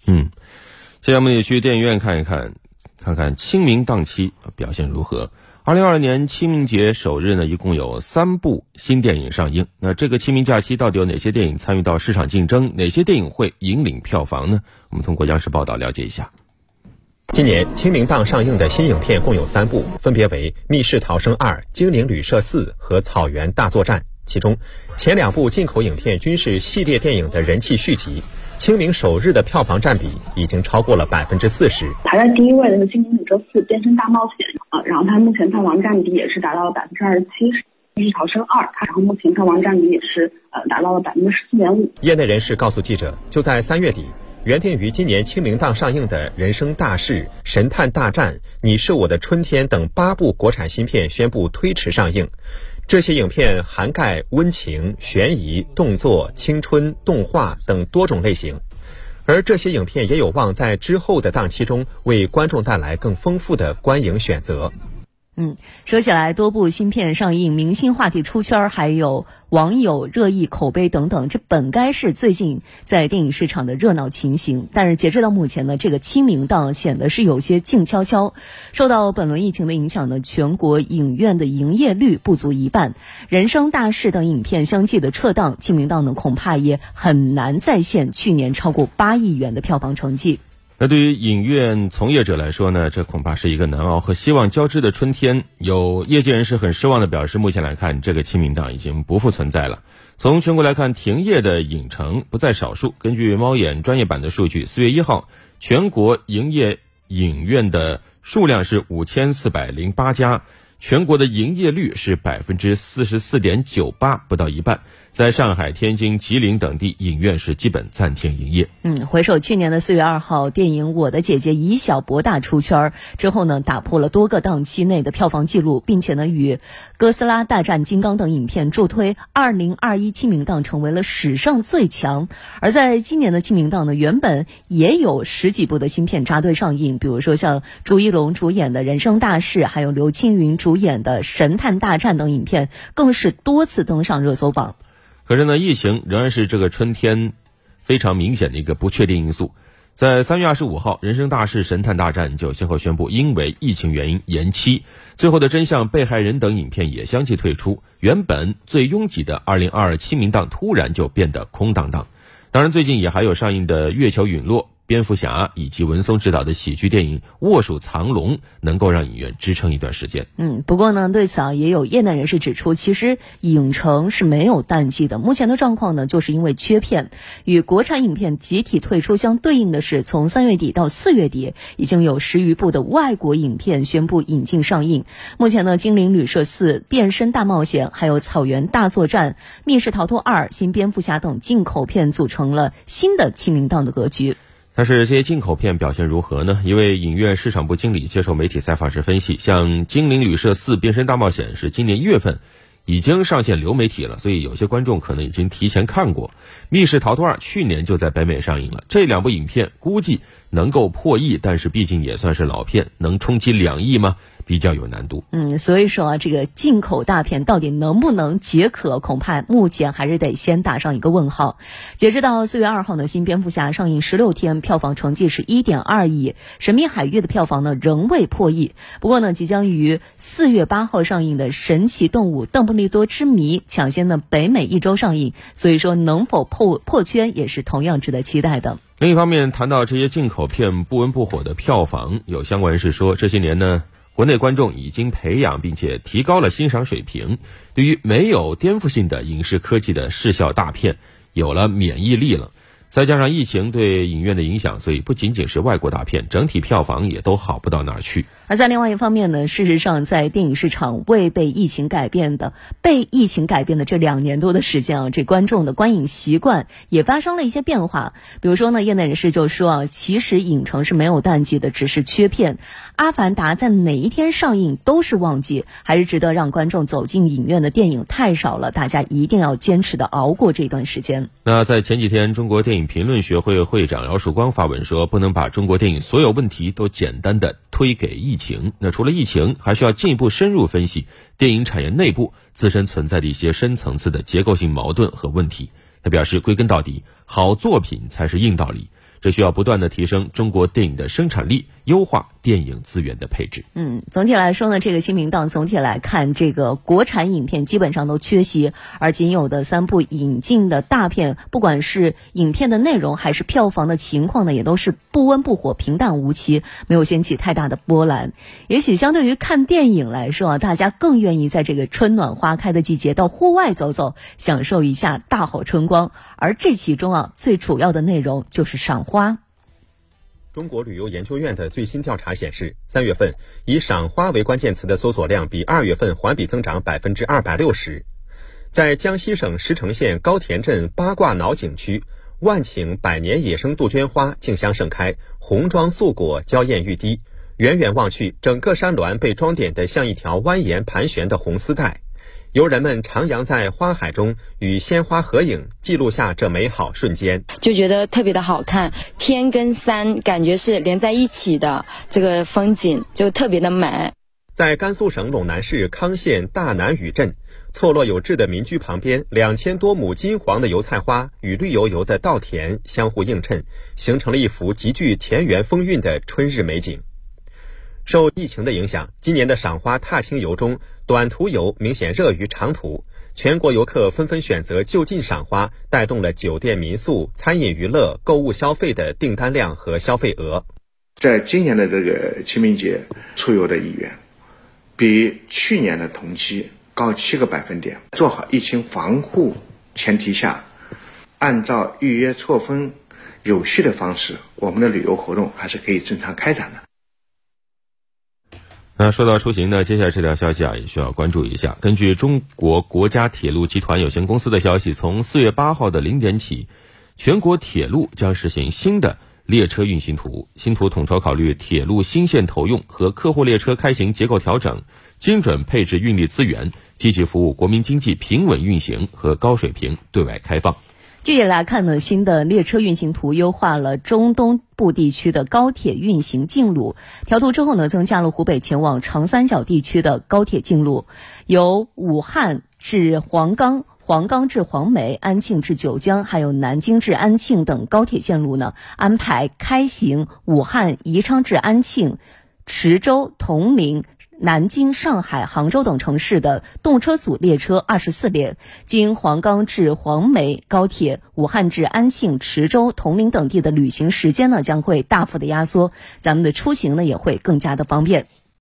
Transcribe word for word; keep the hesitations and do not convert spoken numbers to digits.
嗯，现在我们也去电影院看一看，看看清明档期表现如何。二零二二年清明节首日呢，一共有三部新电影上映。那这个清明假期到底有哪些电影参与到市场竞争？哪些电影会引领票房呢？我们通过央视报道了解一下。 今年清明档上映的新影片共有三部，分别为《密室逃生二》《精灵旅社四》和《草原大作战》。其中，前两部进口影片均是系列电影的人气续集。清明首日的票房占比已经超过了百分之四十。 排在第一位的是《精灵旅社四：变身大冒险》啊，然后它目前票房占比也是达到了百分之二十七。密室逃生二，它然后目前票房占比也是呃达到了百分之十四点五。 业内人士告诉记者，就在三月底，原定于今年清明档上映的《人生大事》《神探大战》《你是我的春天》等八部国产新片宣布推迟上映。这些影片涵盖温情、悬疑、动作、青春、动画等多种类型，而这些影片也有望在之后的档期中为观众带来更丰富的观影选择。 嗯，说起来，多部新片上映，明星话题出圈，还有网友热议口碑等等，这本该是最近在电影市场的热闹情形。但是截止到目前呢，这个清明档显得是有些静悄悄。受到本轮疫情的影响呢，全国影院的营业率不足一半，人生大事等影片相继的撤档，清明档呢恐怕也很难再现去年超过八亿元的票房成绩。 那对于影院从业者来说呢，这恐怕是一个难熬和希望交织的春天。有业界人士很失望地表示，目前来看，这个清明档已经不复存在了。从全国来看，停业的影城不在少数。根据猫眼专业版的数据，四月一号，全国营业影院的数量是五千四百零八家，全国的营业率是百分之四十四点九八，不到一半。在上海、天津、吉林等地，影院是基本暂停营业。 嗯，回首去年的四月二号，电影《我的姐姐》以小博大出圈之后呢，打破了多个档期内的票房记录，并且呢，与《哥斯拉大战金刚》等影片助推二零二一清明档成为了史上最强。而在今年的清明档呢，原本也有十几部的新片扎堆上映，比如说像朱一龙主演的《人生大事》，还有刘青云主演的《神探大战》等影片，更是多次登上热搜榜。 可是呢，疫情仍然是这个春天非常明显的一个不确定因素。在三月二十五号，人生大事神探大战就先后宣布因为疫情原因延期，最后的真相、被害人等影片也相继退出。原本最拥挤的二零二二清明档突然就变得空荡荡。当然最近也还有上映的月球陨落、蝙蝠侠以及文松执导的喜剧电影《卧鼠藏龙》能够让影院支撑一段时间。 嗯，不过呢，对此啊，也有业内人士指出，其实影城是没有淡季的。目前的状况呢，就是因为缺片，与国产影片集体退出相对应的是，从三月底到四月底，已经有十余部的外国影片宣布引进上映。目前呢，《精灵旅社四》《变身大冒险》还有《草原大作战》《密室逃脱二》《新蝙蝠侠》等进口片组成了新的清明档的格局。 但是这些进口片表现如何呢？一位影院市场部经理接受媒体采访时分析，像《精灵旅社四：变身大冒险》是今年一月份已经上线流媒体了，所以有些观众可能已经提前看过。《密室逃脱二》去年就在北美上映了，这两部影片估计能够破亿，但是毕竟也算是老片，能冲击两亿吗？比较有难度。 嗯，所以说啊，这个进口大片到底能不能解渴，恐怕目前还是得先打上一个问号。截止到四月二号呢，新蝙蝠侠上映十六天，票房成绩是 一点二亿，神秘海域的票房呢仍未破亿。不过呢，即将于四月八号上映的神奇动物邓布利多之谜抢先呢北美一周上映，所以说能否破破圈也是同样值得期待的。 另一方面，谈到这些进口片不温不火的票房，有相关人士说，这些年呢，国内观众已经培养并且提高了欣赏水平，对于没有颠覆性的影视科技的视效大片有了免疫力了。再加上疫情对影院的影响，所以不仅仅是外国大片，整体票房也都好不到哪儿去。 而在另外一方面呢，事实上在电影市场未被疫情改变的被疫情改变的这两年多的时间啊，这观众的观影习惯也发生了一些变化。比如说呢，业内人士就说啊，其实影城是没有淡季的，只是缺片。阿凡达在哪一天上映都是旺季，还是值得让观众走进影院的电影太少了，大家一定要坚持的熬过这段时间。 那在前几天，中国电影评论学会会长姚曙光发文说，不能把中国电影所有问题都简单的推给疫情。那除了疫情，还需要进一步深入分析电影产业内部自身存在的一些深层次的结构性矛盾和问题。他表示，归根到底， 好作品才是硬道理。这需要不断的提升中国电影的生产力，优化电影资源的配置。 嗯，总体来说呢，这个新明档总体来看，这个国产影片基本上都缺席，而仅有的三部引进的大片，不管是影片的内容还是票房的情况呢，也都是不温不火，平淡无奇，没有掀起太大的波澜。也许相对于看电影来说啊，大家更愿意在这个春暖花开的季节到户外走走，享受一下大好春光。而这其中啊，最主要的内容就是赏花。 中国旅游研究院的最新调查显示，三月份以赏花为关键词的搜索量比二月份环比增长百分之二百六十。在江西省石城县高田镇八卦脑景区，万顷百年野生杜鹃花竞相盛开，红装素裹，娇艳欲滴。远远望去，整个山峦被装点得像一条蜿蜒盘旋的红丝带。游人们徜徉在花海中，与鲜花合影，记录下这美好瞬间， 就觉得特别的好看。天跟山感觉是连在一起的，这个风景就特别的美。 在甘肃省陇南市康县大南屿镇，错落有致的民居旁边，两千多亩金黄的油菜花与绿油油的稻田相互映衬，形成了一幅极具田园风韵的春日美景。受疫情的影响，今年的赏花踏青游中，短途游明显热于长途，全国游客纷纷选择就近赏花，带动了酒店民宿、餐饮娱乐、购物消费的订单量和消费额。 在今年的这个清明节出游的意愿，比去年的同期高七个百分点。做好疫情防护前提下，按照预约错峰有序的方式，我们的旅游活动还是可以正常开展的。 那说到出行呢，接下来这条消息啊，也需要关注一下。根据中国国家铁路集团有限公司的消息，从四月八号的零点起，全国铁路将实行新的列车运行图。新图统筹考虑铁路新线投用和客货列车开行结构调整，精准配置运力资源，积极服务国民经济平稳运行和高水平对外开放。 具体来看呢，新的列车运行图优化了中东部地区的高铁运行径路，调图之后呢，增加了湖北前往长三角地区的高铁径路，由武汉至黄冈、黄冈至黄梅、安庆至九江，还有南京至安庆等高铁线路呢，安排开行武汉、宜昌至安庆、池州、铜陵、南京、上海、杭州等城市的动车组列车二十四列，经黄冈至黄梅高铁、武汉至安庆、池州、铜陵等地的旅行时间呢，将会大幅的压缩，咱们的出行呢也会更加的方便。